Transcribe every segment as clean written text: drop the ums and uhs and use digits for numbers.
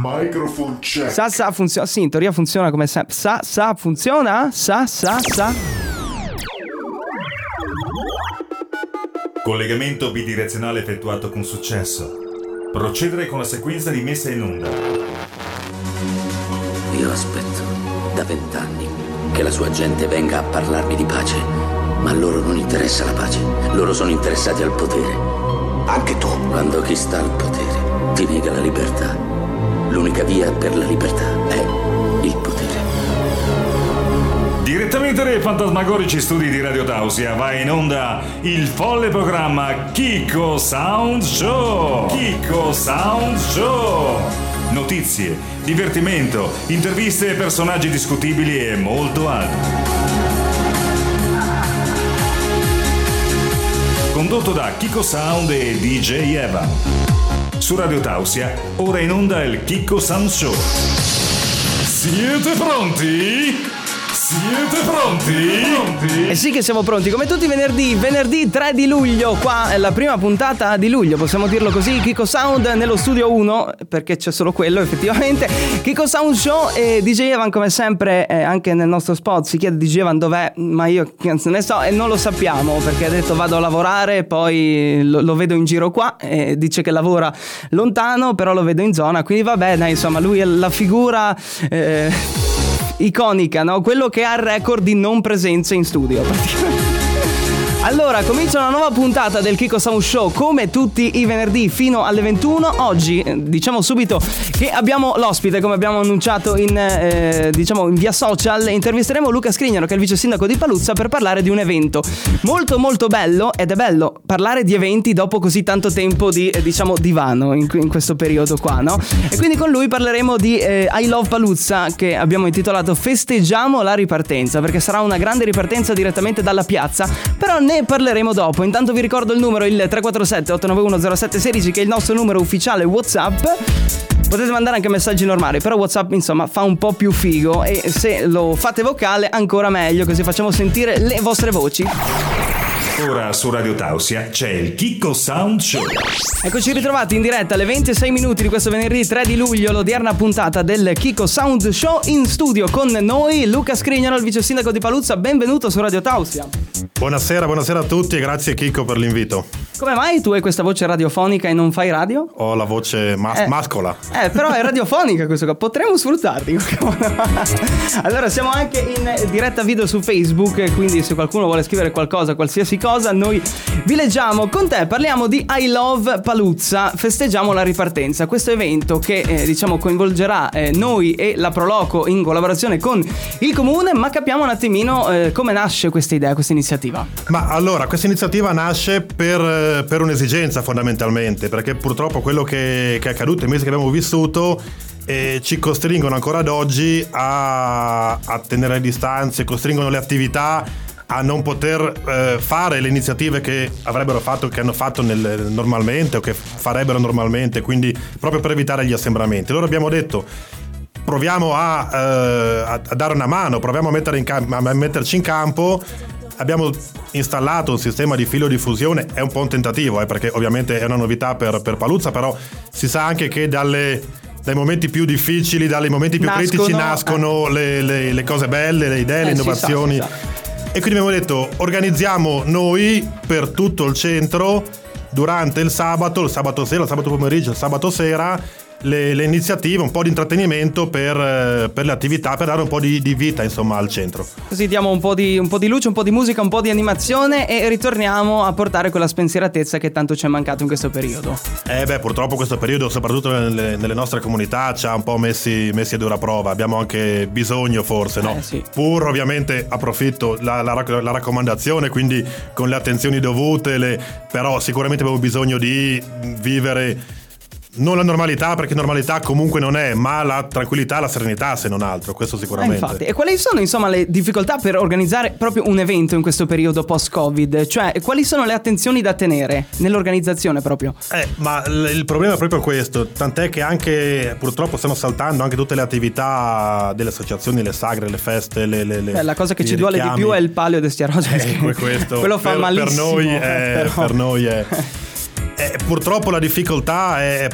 Microphone check. Funziona. Sì, in teoria funziona come sempre. Funziona? Collegamento bidirezionale effettuato con successo. Procedere con la sequenza di messa in onda. Io aspetto da 20 anni che la sua gente venga a parlarmi di pace, ma a loro non interessa la pace. Loro sono interessati al potere. Anche tu. Quando chi sta al potere ti nega la libertà, l'unica via per la libertà è il potere. Direttamente dai fantasmagorici studi di Radio Tausia va in onda il folle programma Chicco Sound Show. Chicco Sound Show. Notizie, divertimento, interviste ai personaggi discutibili e molto altro. Condotto da Chicco Sound e DJ Evan. Su Radio Tausia, ora in onda il Chicco Sound Show. Siete pronti? Siete pronti? Eh sì che siamo pronti, come tutti i venerdì 3 di luglio, qua è la prima puntata di luglio, possiamo dirlo così, Chicco Sound nello studio 1, perché c'è solo quello effettivamente, Chicco Sound Show e DJ Evan come sempre, anche nel nostro spot si chiede DJ Evan dov'è, ma io ne so e non lo sappiamo, perché ha detto vado a lavorare, poi lo vedo in giro qua, e dice che lavora lontano, però lo vedo in zona, quindi vabbè dai, insomma lui è la figura... iconica, no? Quello che ha il record di non presenze in studio praticamente. Allora, comincia una nuova puntata del Chicco Sound Show come tutti i venerdì fino alle 21. Oggi diciamo subito che abbiamo l'ospite, come abbiamo annunciato in via social. Intervisteremo Luca Scrignano, che è il vice sindaco di Paluzza, per parlare di un evento molto molto bello, ed è bello parlare di eventi dopo così tanto tempo di divano in questo periodo qua, no? E quindi con lui parleremo di I Love Paluzza, che abbiamo intitolato Festeggiamo la ripartenza, perché sarà una grande ripartenza direttamente dalla piazza, però ne parleremo dopo. Intanto vi ricordo il numero, il 347 891 0716, che è il nostro numero ufficiale WhatsApp. Potete mandare anche messaggi normali, però WhatsApp insomma fa un po' più figo, e se lo fate vocale ancora meglio, così facciamo sentire le vostre voci. Ora su Radio Tausia c'è il Chicco Sound Show. Eccoci ritrovati in diretta alle 26 minuti di questo venerdì 3 di luglio, l'odierna puntata del Chicco Sound Show. In studio con noi Luca Scrignano, il vice sindaco di Paluzza. Benvenuto su Radio Tausia. Buonasera a tutti e grazie Chicco per l'invito. Come mai tu hai questa voce radiofonica e non fai radio? Ho la voce mascola. Però è radiofonica questo qua, potremmo sfruttarti. Allora siamo anche in diretta video su Facebook, quindi se qualcuno vuole scrivere qualcosa, qualsiasi cosa, noi vi leggiamo. Con te parliamo di I Love Paluzza, festeggiamo la ripartenza, questo evento che coinvolgerà noi e la Proloco in collaborazione con il comune, ma capiamo un attimino come nasce questa idea, questa iniziativa. Ma allora, questa iniziativa nasce per un'esigenza fondamentalmente, perché purtroppo quello che è accaduto, i mesi che abbiamo vissuto, ci costringono ancora ad oggi a tenere le distanze, costringono le attività a non poter fare le iniziative che avrebbero fatto, che hanno fatto normalmente o che farebbero normalmente, quindi proprio per evitare gli assembramenti. Allora abbiamo detto proviamo a dare una mano, proviamo a metterci in campo. Abbiamo installato un sistema di filodiffusione, è un po' un tentativo, perché ovviamente è una novità per Paluzza, però si sa anche che dai momenti più difficili, dai momenti più critici nascono le cose belle, le idee, le innovazioni. Esatto. E quindi abbiamo detto organizziamo noi per tutto il centro durante il sabato sera, il sabato pomeriggio, il sabato sera, le iniziative, un po' di intrattenimento per le attività, per dare un po' di vita insomma al centro. Così diamo un po' di luce, un po' di musica, un po' di animazione e ritorniamo a portare quella spensieratezza che tanto ci è mancato in questo periodo. Purtroppo questo periodo, soprattutto nelle nostre comunità, ci ha un po' messi a dura prova. Abbiamo anche bisogno forse, no? Sì. Pur ovviamente approfitto la raccomandazione, quindi con le attenzioni dovute, però sicuramente abbiamo bisogno di vivere non la normalità, perché normalità comunque non è, ma la tranquillità, la serenità, se non altro, questo sicuramente. Infatti. E quali sono insomma le difficoltà per organizzare proprio un evento in questo periodo post-Covid? Cioè, quali sono le attenzioni da tenere nell'organizzazione proprio? Ma il problema è proprio questo, tant'è che anche purtroppo stanno saltando anche tutte le attività delle associazioni, le sagre, le feste, la cosa che ci duole di più è il palio d'Estiarosa. Questo quello fa malissimo. Per noi è purtroppo la difficoltà è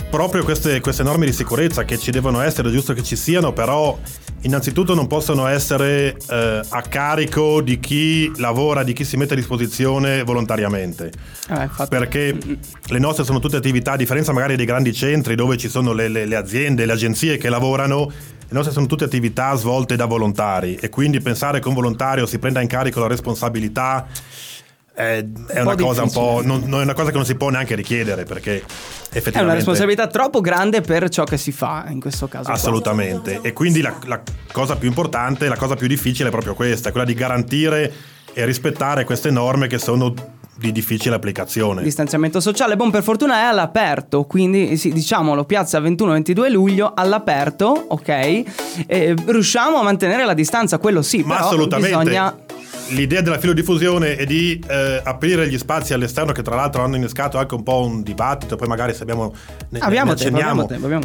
proprio queste norme di sicurezza che ci devono essere, è giusto che ci siano, però innanzitutto non possono essere a carico di chi lavora, di chi si mette a disposizione volontariamente, perché le nostre sono tutte attività, a differenza magari dei grandi centri dove ci sono le aziende, le agenzie che lavorano. Le nostre sono tutte attività svolte da volontari, e quindi pensare che un volontario si prenda in carico la responsabilità è una cosa un po', non è una cosa che non si può neanche richiedere, perché effettivamente è una responsabilità troppo grande per ciò che si fa in questo caso. Assolutamente. E quindi la cosa più importante, la cosa più difficile è proprio questa, quella di garantire e rispettare queste norme che sono di difficile applicazione. Distanziamento sociale, per fortuna è all'aperto, quindi sì, diciamolo, piazza 21-22 luglio all'aperto, ok? Riusciamo a mantenere la distanza, quello sì, ma però assolutamente. Bisogna... L'idea della filodiffusione è di aprire gli spazi all'esterno, che tra l'altro hanno innescato anche un po' un dibattito, poi magari se abbiamo tempo.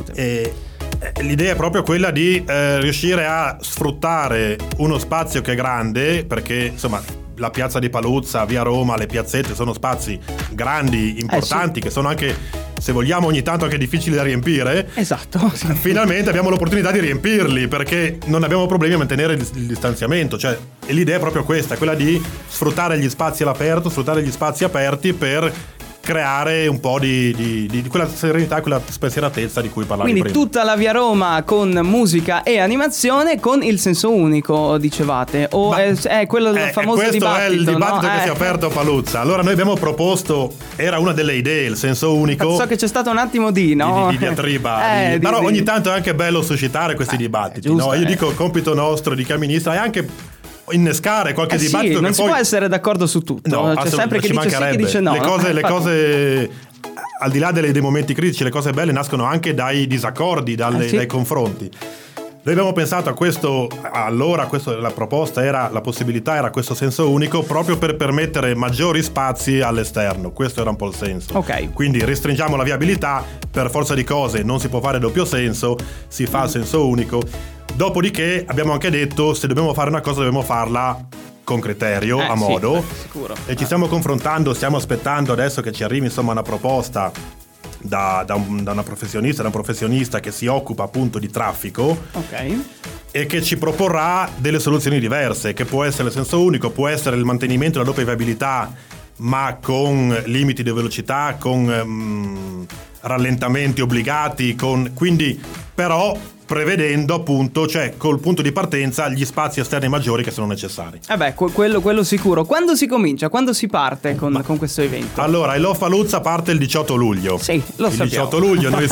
L'idea è proprio quella di riuscire a sfruttare uno spazio che è grande, perché insomma la piazza di Paluzza, via Roma, le piazzette sono spazi grandi, importanti, sì, che sono anche, se vogliamo, ogni tanto anche difficili da riempire. Esatto. Finalmente abbiamo l'opportunità di riempirli, perché non abbiamo problemi a mantenere il distanziamento. Cioè, e l'idea è proprio questa, quella di sfruttare gli spazi all'aperto, sfruttare gli spazi aperti per creare un po' di quella serenità, quella spensieratezza di cui parlavi prima. Quindi tutta la via Roma con musica e animazione, con il senso unico, dicevate, o è quello del famoso dibattito? Questo è il dibattito che si è aperto a Paluzza. Allora noi abbiamo proposto, era una delle idee, il senso unico. So che c'è stato un attimo di diatriba, però ogni tanto è anche bello suscitare questi dibattiti, giusto, Io dico, il compito nostro di chi amministra è anche innescare qualche dibattito, sì, non che si poi può essere d'accordo su tutto, c'è sempre chi dice sì, chi dice no. Le cose al di là dei momenti critici, le cose belle nascono anche dai disaccordi, dai confronti. Noi abbiamo pensato a questo, allora la proposta era, la possibilità era questo senso unico, proprio per permettere maggiori spazi all'esterno. Questo era un po' il senso. Ok. Quindi restringiamo la viabilità, per forza di cose non si può fare doppio senso, si fa il senso unico. Dopodiché abbiamo anche detto, se dobbiamo fare una cosa dobbiamo farla con criterio, a modo. Sicuro. E ci stiamo confrontando, stiamo aspettando adesso che ci arrivi insomma una proposta da una professionista, da un professionista che si occupa appunto di traffico. Ok. E che ci proporrà delle soluzioni diverse, che può essere il senso unico, può essere il mantenimento della doppia viabilità, ma con limiti di velocità, con rallentamenti obbligati, quindi però prevedendo appunto, cioè col punto di partenza, gli spazi esterni maggiori che sono necessari. Quello sicuro. Quando si comincia? Quando si parte con questo evento? Allora, il Love Paluzza parte il 18 luglio. Sì, lo sappiamo. Il 18 luglio noi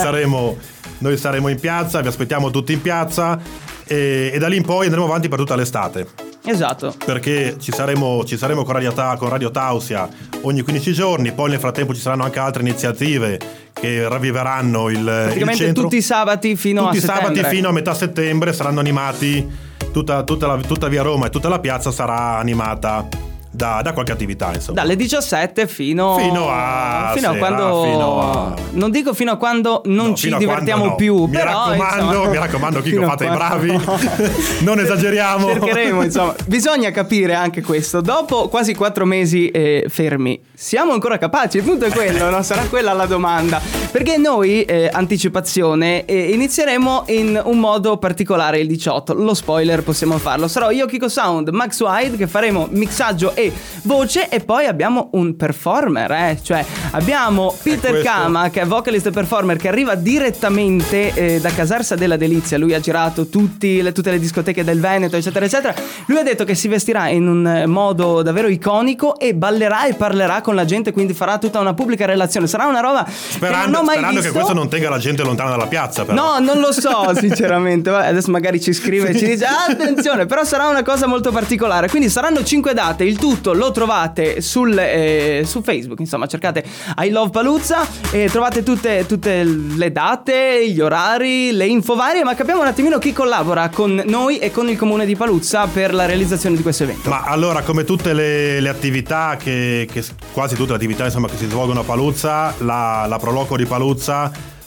saremo in piazza, vi aspettiamo tutti in piazza e da lì in poi andremo avanti per tutta l'estate. Esatto. Perché ci saremo con Radio Tausia ogni 15 giorni, poi nel frattempo ci saranno anche altre iniziative che ravviveranno il centro. Tutti i sabati fino a settembre. Tutti i sabati fino a metà settembre saranno animati, tutta via Roma e tutta la piazza sarà animata da qualche attività, insomma. Dalle 17 fino a quando non dico fino a quando non ci divertiamo più, mi raccomando Chico, fate i bravi. Non esageriamo. Cercheremo, insomma. Bisogna capire anche questo. Dopo quasi 4 mesi fermi, siamo ancora capaci? Il punto è quello, no? Sarà quella la domanda. Perché noi, anticipazione, inizieremo in un modo particolare il 18. Lo spoiler possiamo farlo. Sarò io, Kiko Sound, Max Wide, che faremo mixaggio e voce, e poi abbiamo un performer, cioè abbiamo Peter Kama, che è vocalist e performer, che arriva direttamente da Casarsa della Delizia. Lui ha girato tutte le discoteche del Veneto, eccetera eccetera. Lui ha detto che si vestirà in un modo davvero iconico e ballerà e parlerà con la gente, quindi farà tutta una pubblica relazione. Sarà una roba sperando che questo non tenga la gente lontana dalla piazza, però. No, non lo so sinceramente. Adesso magari ci scrive e ci dice attenzione, però sarà una cosa molto particolare. Quindi saranno 5 date, il tutto lo trovate su Facebook, insomma cercate I Love Paluzza e trovate tutte le date, gli orari, le info varie. Ma capiamo un attimino chi collabora con noi e con il comune di Paluzza per la realizzazione di questo evento. Ma allora, come tutte le attività quasi tutte le attività insomma che si svolgono a Paluzza, la Proloco di Paluzza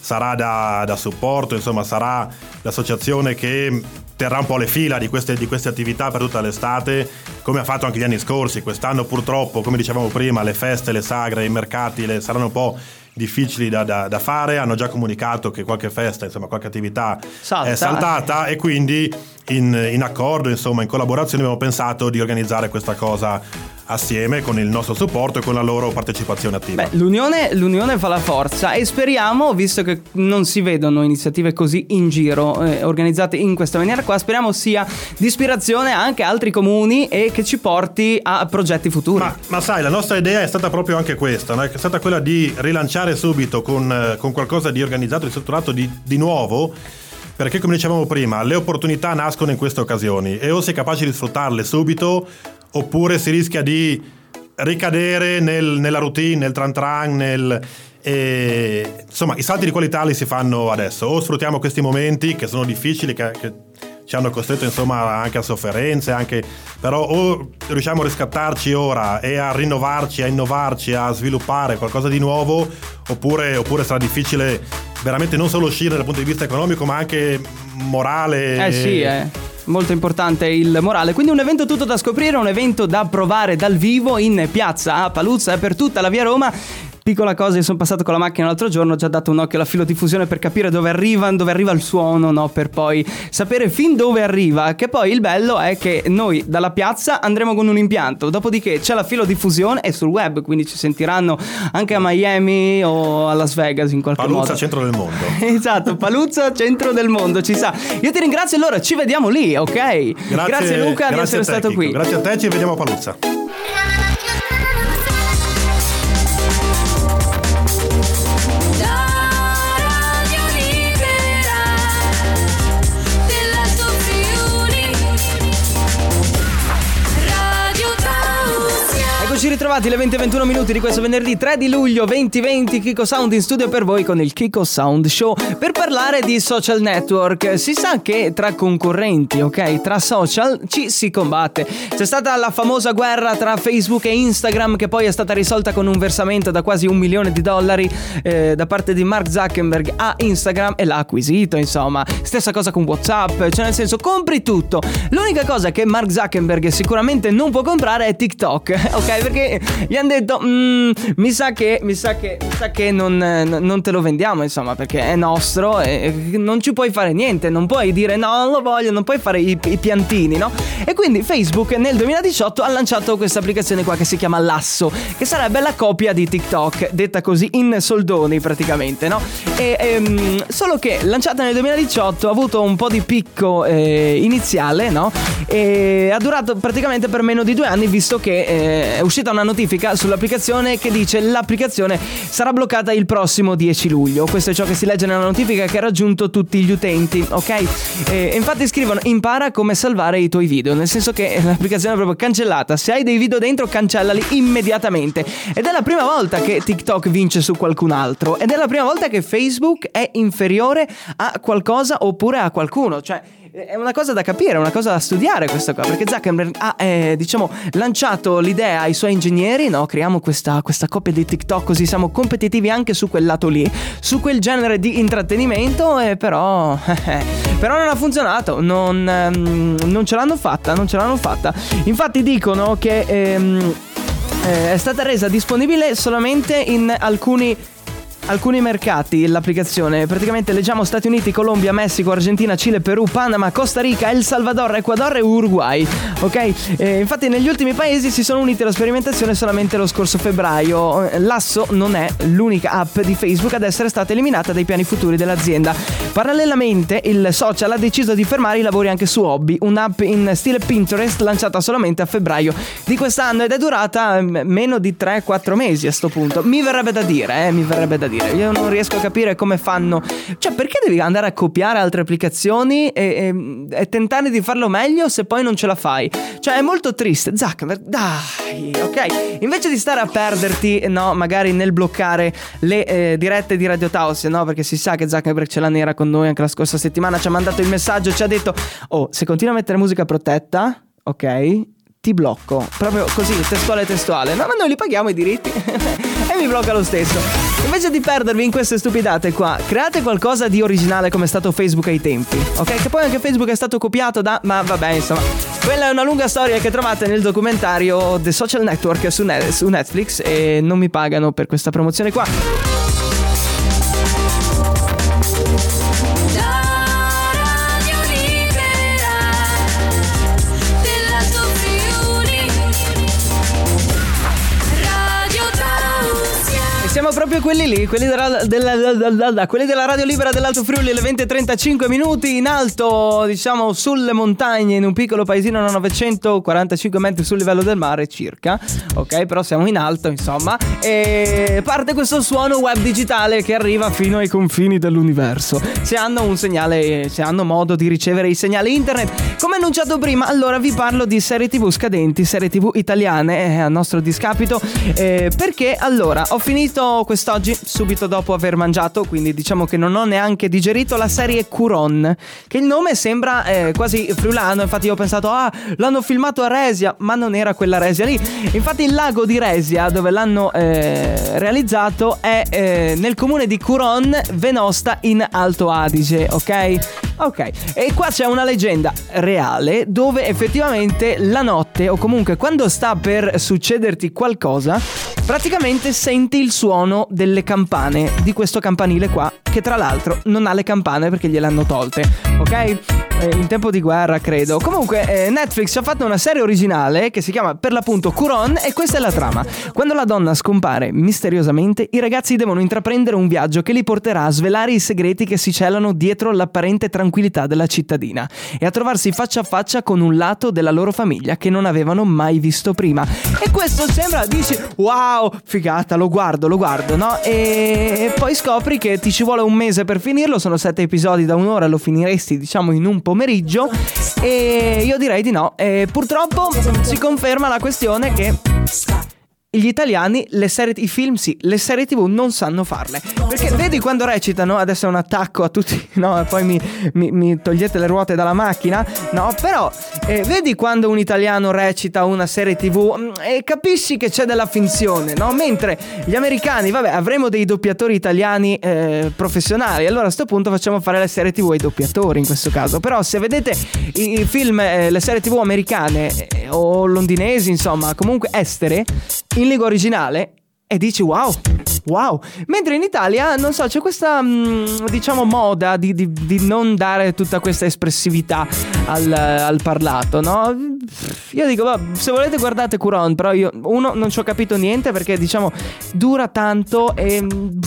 sarà da supporto, insomma sarà l'associazione che terrà un po' le fila di queste attività per tutta l'estate, come ha fatto anche gli anni scorsi. Quest'anno purtroppo, come dicevamo prima, le feste, le sagre, i mercati saranno un po' difficili da fare. Hanno già comunicato che qualche festa, insomma qualche attività è saltata, e quindi in accordo, insomma in collaborazione abbiamo pensato di organizzare questa cosa assieme con il nostro supporto e con la loro partecipazione attiva. Beh, l'unione fa la forza, e speriamo, visto che non si vedono iniziative così in giro organizzate in questa maniera qua, speriamo sia di ispirazione anche a altri comuni e che ci porti a progetti futuri. Ma sai, la nostra idea è stata proprio anche questa, no? È stata quella di rilanciare subito con qualcosa di organizzato, di strutturato, di nuovo, perché come dicevamo prima, le opportunità nascono in queste occasioni e o si è capaci di sfruttarle subito, oppure si rischia di ricadere nella routine, nel tran insomma i salti di qualità li si fanno adesso. O sfruttiamo questi momenti che sono difficili, che ci hanno costretto insomma anche a sofferenze, però o riusciamo a riscattarci ora e a rinnovarci, a innovarci, a sviluppare qualcosa di nuovo, oppure sarà difficile veramente non solo uscire dal punto di vista economico ma anche morale. Molto importante il morale. Quindi un evento tutto da scoprire, un evento da provare dal vivo in piazza a Paluzza per tutta la via Roma. Piccola cosa, io sono passato con la macchina l'altro giorno, ho già dato un occhio alla filodiffusione per capire dove arriva il suono, no? Per poi sapere fin dove arriva. Che poi il bello è che noi dalla piazza andremo con un impianto, dopodiché c'è la filodiffusione e sul web, quindi ci sentiranno anche a Miami o a Las Vegas in qualche modo. Paluzza, centro del mondo. Esatto, Paluzza, centro del mondo, ci sa. Io ti ringrazio, allora ci vediamo lì, ok? Grazie Luca di essere stato qui. Grazie a te, ci vediamo a Paluzza. Eccoci ritrovati alle 20:21 di questo venerdì 3 di luglio 2020. Kiko Sound in studio per voi con il Kiko Sound Show per parlare di social network. Si sa che tra concorrenti, ok, tra social ci si combatte. C'è stata la famosa guerra tra Facebook e Instagram, che poi è stata risolta con un versamento da quasi $1 milione da parte di Mark Zuckerberg a Instagram, e l'ha acquisito, insomma. Stessa cosa con WhatsApp, cioè nel senso compri tutto. L'unica cosa che Mark Zuckerberg sicuramente non può comprare è TikTok, ok? Perché gli hanno detto mi sa che non te lo vendiamo, insomma, perché è nostro e non ci puoi fare niente, non puoi dire no, non lo voglio, non puoi fare i piantini, no? E quindi Facebook nel 2018 ha lanciato questa applicazione qua che si chiama Lasso, che sarebbe la copia di TikTok, detta così in soldoni praticamente, no? Solo che lanciata nel 2018 ha avuto un po' di picco iniziale, no? E ha durato praticamente per meno di 2 anni, visto che è uscita una notifica sull'applicazione che dice l'applicazione sarà bloccata il prossimo 10 luglio. Questo è ciò che si legge nella notifica che ha raggiunto tutti gli utenti, ok? Infatti scrivono: impara come salvare i tuoi video, nel senso che l'applicazione è proprio cancellata. Se hai dei video dentro, cancellali immediatamente. Ed è la prima volta che TikTok vince su qualcun altro, ed è la prima volta che Facebook è inferiore a qualcosa oppure a qualcuno. Cioè è una cosa da capire, è una cosa da studiare questa qua, perché Zuckerberg ha lanciato l'idea ai suoi ingegneri, no? Creiamo questa coppia di TikTok così siamo competitivi anche su quel lato lì, su quel genere di intrattenimento, però non ha funzionato, non ce l'hanno fatta. Infatti dicono che è stata resa disponibile solamente in alcuni mercati l'applicazione. Praticamente leggiamo Stati Uniti, Colombia, Messico, Argentina, Cile, Perù, Panama, Costa Rica, El Salvador, Ecuador e Uruguay, ok? Infatti negli ultimi paesi si sono uniti alla sperimentazione solamente lo scorso febbraio. Lasso non è l'unica app di Facebook ad essere stata eliminata dai piani futuri dell'azienda. Parallelamente il social ha deciso di fermare i lavori anche su Hobby, un'app in stile Pinterest lanciata solamente a febbraio di quest'anno, ed è durata meno di 3-4 mesi a sto punto. Mi verrebbe da dire. Io non riesco a capire come fanno. Cioè, perché devi andare a copiare altre applicazioni e tentare di farlo meglio se poi non ce la fai? Cioè, è molto triste. Zuckerberg, dai, ok? Invece di stare a perderti, no, magari nel bloccare le dirette di Radio Tausia, no? Perché si sa che Zuckerberg ce l'ha nera con noi anche la scorsa settimana. Ci ha mandato il messaggio, ci ha detto: oh, se continui a mettere musica protetta, ok, ti blocco. Proprio così, testuale. No, ma noi li paghiamo i diritti e mi blocca lo stesso. invece di perdervi in queste stupidate qua, create qualcosa di originale come è stato Facebook ai tempi, ok? Che poi anche Facebook è stato copiato da... ma vabbè, insomma, quella è una lunga storia che trovate nel documentario The Social Network su Netflix, e non mi pagano per questa promozione qua. Siamo proprio quelli lì, quelli della Radio Libera dell'Alto Friuli, alle 20:35 minuti, in alto, diciamo, sulle montagne, in un piccolo paesino a 945 metri sul livello del mare circa, ok? Però siamo in alto, insomma, e parte questo suono web digitale che arriva fino ai confini dell'universo. Se hanno un segnale, se hanno modo di ricevere i segnali internet, come annunciato prima, allora vi parlo di serie TV scadenti, serie TV italiane, a nostro discapito, perché allora ho finito quest'oggi subito dopo aver mangiato, quindi diciamo che non ho neanche digerito la serie Curon, che il nome sembra quasi friulano. Infatti io ho pensato, l'hanno filmato a Resia, ma non era quella Resia lì. Infatti il lago di Resia, dove l'hanno realizzato, è nel comune di Curon, Venosta, in Alto Adige, ok? E qua c'è una leggenda reale dove effettivamente la notte, o comunque quando sta per succederti qualcosa, praticamente senti il suono delle campane di questo campanile qua, che tra l'altro non ha le campane perché gliel'hanno tolte, ok? In tempo di guerra, credo. Comunque Netflix ha fatto una serie originale che si chiama per l'appunto Curon, e questa è la trama. Quando la donna scompare misteriosamente, i ragazzi devono intraprendere un viaggio che li porterà a svelare i segreti che si celano dietro l'apparente tranquillità della cittadina e a trovarsi faccia a faccia con un lato della loro famiglia che non avevano mai visto prima. E questo sembra, dici, wow, figata, lo guardo, no? E poi scopri che ti ci vuole un mese per finirlo, sono 7 episodi da un'ora, lo finiresti diciamo in un pomeriggio, e io direi di no. E purtroppo si conferma la questione che gli italiani le serie TV non sanno farle, perché vedi quando recitano, adesso è un attacco a tutti, no, e poi mi togliete le ruote dalla macchina, no, però vedi quando un italiano recita una serie TV e capisci che c'è della finzione, no, mentre gli americani, vabbè, avremo dei doppiatori italiani professionali, allora a sto punto facciamo fare le serie TV ai doppiatori in questo caso. Però se vedete i film, le serie TV americane o londinesi, insomma, comunque estere, in lingua originale, e dici wow, mentre in Italia non so, c'è questa diciamo moda di non dare tutta questa espressività al parlato, no? Io dico, se volete guardate Curon, però io non ci ho capito niente, perché diciamo dura tanto e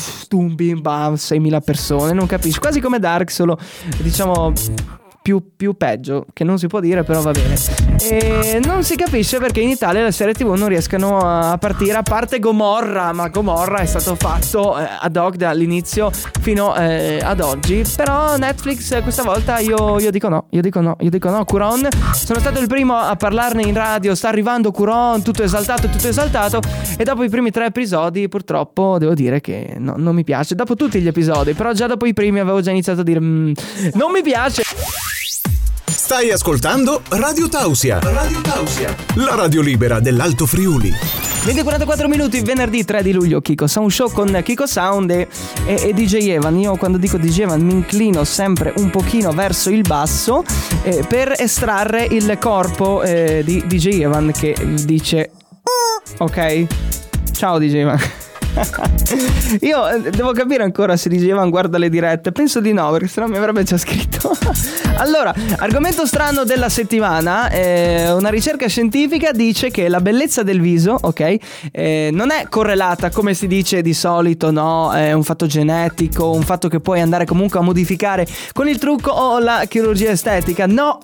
6.000 persone, non capisci, quasi come Dark, solo diciamo più peggio, che non si può dire, però va bene. E non si capisce perché in Italia le serie TV non riescano a partire, a parte Gomorra, ma Gomorra è stato fatto ad hoc dall'inizio fino ad oggi. Però Netflix questa volta io dico no. Curon, sono stato il primo a parlarne in radio, sta arrivando Curon, tutto esaltato, e dopo i primi 3 episodi purtroppo devo dire che non mi piace, dopo tutti gli episodi, però già dopo i primi avevo già iniziato a dire non mi piace. Stai ascoltando Radio Tausia, la radio libera dell'Alto Friuli. 20:44 minuti, venerdì 3 di luglio, Kiko Sound Show con Kiko Sound e DJ Evan. Io quando dico DJ Evan mi inclino sempre un pochino verso il basso per estrarre il corpo di DJ Evan, che dice ok, ciao DJ Evan. Io devo capire ancora se DJ Evan guarda le dirette. Penso di no, perché sennò mi avrebbe già scritto. Allora, argomento strano della settimana. Una ricerca scientifica dice che la bellezza del viso, ok, non è correlata come si dice di solito, no? È un fatto genetico, un fatto che puoi andare comunque a modificare con il trucco o la chirurgia estetica. No,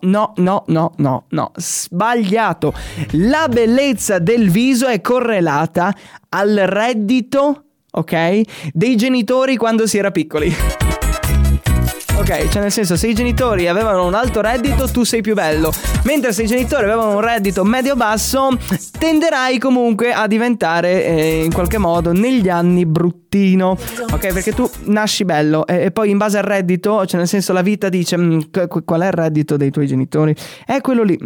sbagliato. La bellezza del viso è correlata al reddito, ok, dei genitori quando si era piccoli. Ok, cioè nel senso, se i genitori avevano un alto reddito, tu sei più bello, mentre se i genitori avevano un reddito medio-basso, tenderai comunque a diventare in qualche modo negli anni bruttino, ok, perché tu nasci bello e poi in base al reddito, cioè nel senso la vita dice qual è il reddito dei tuoi genitori? È quello lì.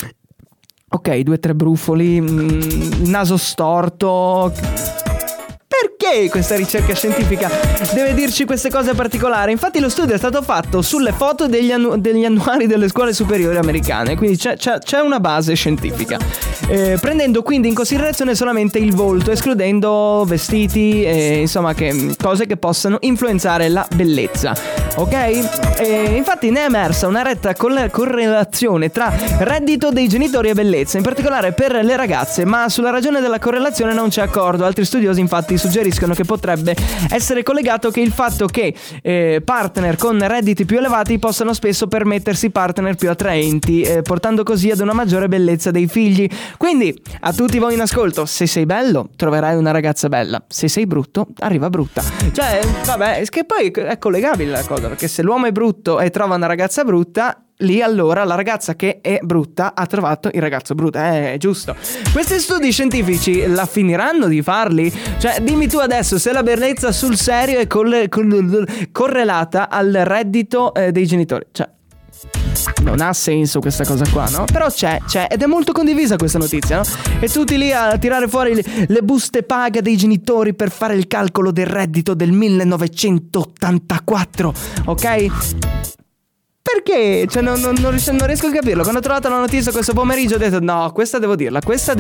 Ok, 2 o 3 brufoli, naso storto. perché questa ricerca scientifica deve dirci queste cose particolari? Infatti lo studio è stato fatto sulle foto degli annuari delle scuole superiori americane, quindi c'è una base scientifica, prendendo quindi in considerazione solamente il volto, escludendo vestiti, insomma cose che possano influenzare la bellezza, ok? Infatti ne è emersa una retta correlazione tra reddito dei genitori e bellezza, in particolare per le ragazze, ma sulla ragione della correlazione non c'è accordo. Altri studiosi infatti suggeriscono che potrebbe essere collegato che il fatto che partner con redditi più elevati possano spesso permettersi partner più attraenti, portando così ad una maggiore bellezza dei figli. Quindi a tutti voi in ascolto, se sei bello troverai una ragazza bella, se sei brutto arriva brutta. Cioè vabbè, che poi è collegabile la cosa, perché se l'uomo è brutto e trova una ragazza brutta, lì allora la ragazza che è brutta ha trovato il ragazzo brutto, è giusto. Questi studi scientifici la finiranno di farli? Cioè dimmi tu adesso se la bellezza sul serio è correlata al reddito dei genitori. Cioè non ha senso questa cosa qua, no? Però c'è ed è molto condivisa questa notizia, no? E tutti lì a tirare fuori le buste paga dei genitori per fare il calcolo del reddito del 1984, ok? Perché? Cioè non riesco a capirlo. Quando ho trovato la notizia questo pomeriggio ho detto no, questa devo dirla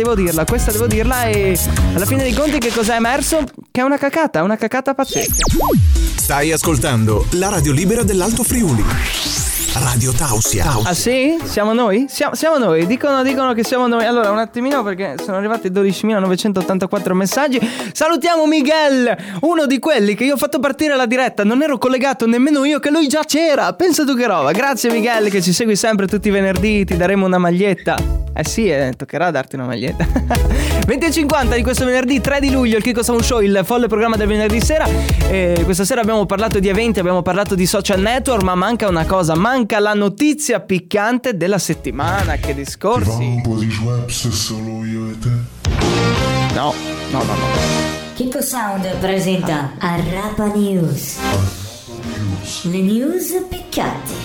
e alla fine dei conti che cosa è emerso? Che è una cacata pazzesca. Stai ascoltando la radio libera dell'Alto Friuli. Radio Tausia. Ah sì? Siamo noi? Siamo noi, dicono che siamo noi. Allora un attimino perché sono arrivati 12.984 messaggi. Salutiamo Miguel, uno di quelli che io ho fatto partire la diretta. Non ero collegato nemmeno io, che lui già c'era. Pensa tu che roba. Grazie Miguel che ci segui sempre tutti i venerdì. Ti daremo una maglietta. Sì, toccherà darti una maglietta. 20:50 di questo venerdì 3 di luglio il Kiko Sound Show, il folle programma del venerdì sera. Questa sera abbiamo parlato di eventi, abbiamo parlato di social network, ma manca una cosa, manca la notizia piccante della settimana. Che discorsi. Ti va un po' di Schweppes solo io e te? No. Kiko Sound presenta Arrapa News. Le news piccanti.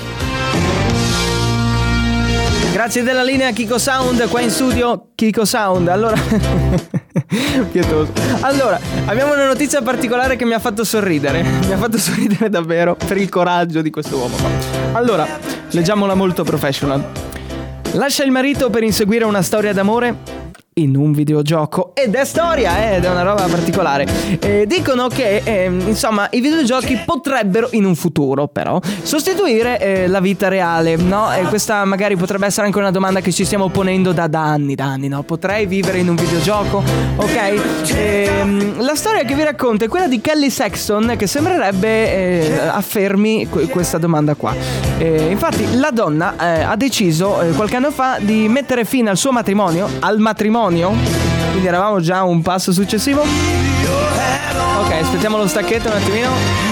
Grazie della linea Kiko Sound, qua in studio Kiko Sound. Allora pietoso. Allora, abbiamo una notizia particolare che mi ha fatto sorridere. Mi ha fatto sorridere davvero per il coraggio di questo uomo. Allora, leggiamola molto professional. Lascia il marito per inseguire una storia d'amore in un videogioco. Ed è storia, ed è una roba particolare. Dicono che insomma i videogiochi potrebbero in un futuro però sostituire la vita reale, no? E questa magari potrebbe essere anche una domanda che ci stiamo ponendo da anni, no? Potrei vivere in un videogioco? Ok? La storia che vi racconto è quella di Kelly Sexton, che sembrerebbe affermi questa domanda qua. Infatti la donna ha deciso qualche anno fa di mettere fine al suo matrimonio, quindi eravamo già un passo successivo. Ok, aspettiamo lo stacchetto un attimino.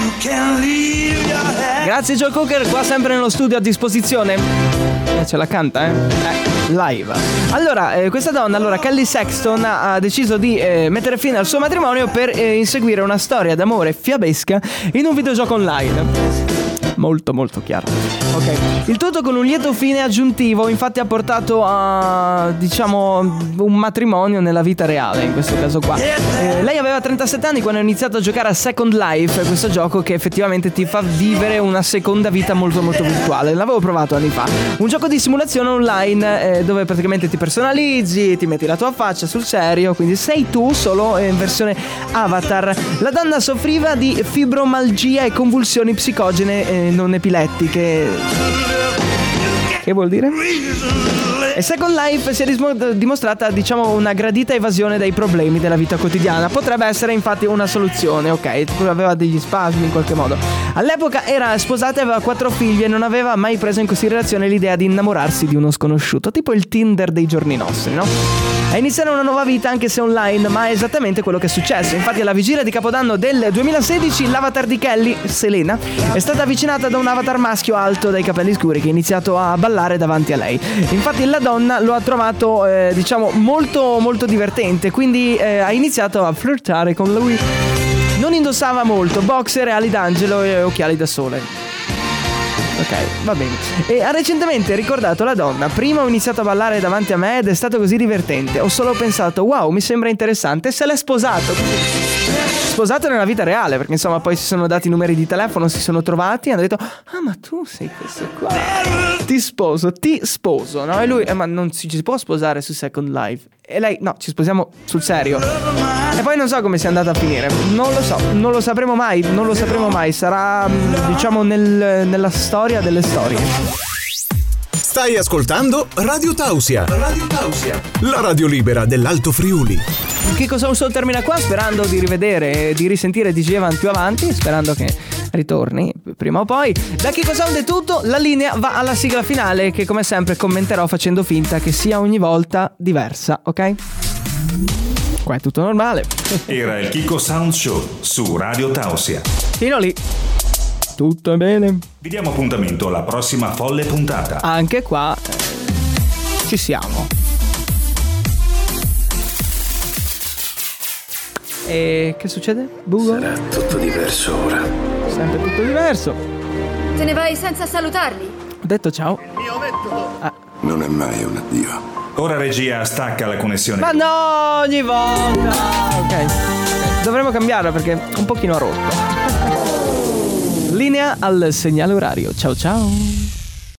Grazie Joe Cooker, qua sempre nello studio a disposizione. Ce la canta, live. Allora, questa donna, Kelly Sexton, ha deciso di mettere fine al suo matrimonio per inseguire una storia d'amore fiabesca in un videogioco online. Molto molto chiaro. Ok. Il tutto con un lieto fine aggiuntivo, infatti ha portato a, diciamo, un matrimonio nella vita reale, in questo caso qua. Lei aveva 37 anni quando ha iniziato a giocare a Second Life, questo gioco che effettivamente ti fa vivere una seconda vita molto molto virtuale. L'avevo provato anni fa. Un gioco di simulazione online dove praticamente ti personalizzi, ti metti la tua faccia sul serio, quindi sei tu solo in versione avatar. La donna soffriva di fibromialgia e convulsioni psicogene non epilettiche. Che vuol dire? E Second Life si è dimostrata, diciamo, una gradita evasione dai problemi della vita quotidiana. Potrebbe essere infatti una soluzione, ok? Aveva degli spasmi in qualche modo. All'epoca era sposata e aveva 4 figli e non aveva mai preso in considerazione l'idea di innamorarsi di uno sconosciuto, tipo il Tinder dei giorni nostri, no? A iniziare una nuova vita anche se online, ma è esattamente quello che è successo. Infatti alla vigilia di Capodanno del 2016 l'avatar di Kelly, Selena, è stata avvicinata da un avatar maschio alto dai capelli scuri che ha iniziato a ballare davanti a lei. Infatti la donna lo ha trovato diciamo molto molto divertente, quindi ha iniziato a flirtare con lui. Non indossava molto, boxer, ali d'angelo e occhiali da sole. Ok, va bene. E ha recentemente ricordato la donna: prima ho iniziato a ballare davanti a me ed è stato così divertente. Ho solo pensato, wow, mi sembra interessante. Se l'è sposato. sposato nella vita reale, perché insomma poi si sono dati i numeri di telefono, si sono trovati e hanno detto: ah, ma tu sei questo qua, ti sposo, no? E lui: ma non ci si può sposare su Second Life. E lei: no, ci sposiamo sul serio. E poi non so come sia andata a finire, non lo so, non lo sapremo mai, sarà diciamo nella storia delle storie. Stai ascoltando Radio Tausia, la radio libera dell'Alto Friuli. Chicco Sound Show termina qua, sperando di rivedere e di risentire DJ Evan più avanti, sperando che ritorni prima o poi. Da Chicco Sound è tutto, la linea va alla sigla finale, che come sempre commenterò facendo finta che sia ogni volta diversa, ok? Qua è tutto normale. Era il Chicco Sound Show su Radio Tausia. Fino lì tutto è bene. Vi diamo appuntamento alla prossima folle puntata. Anche qua ci siamo. E che succede? Bugo? Sarà tutto diverso ora. Sempre tutto diverso. Te ne vai senza salutarli? Ho detto ciao. Non è mai un addio. Ora regia stacca la connessione. Ma no, ogni volta. Ok. Dovremmo cambiarla perché è un pochino rotto. Linea al segnale orario. Ciao ciao.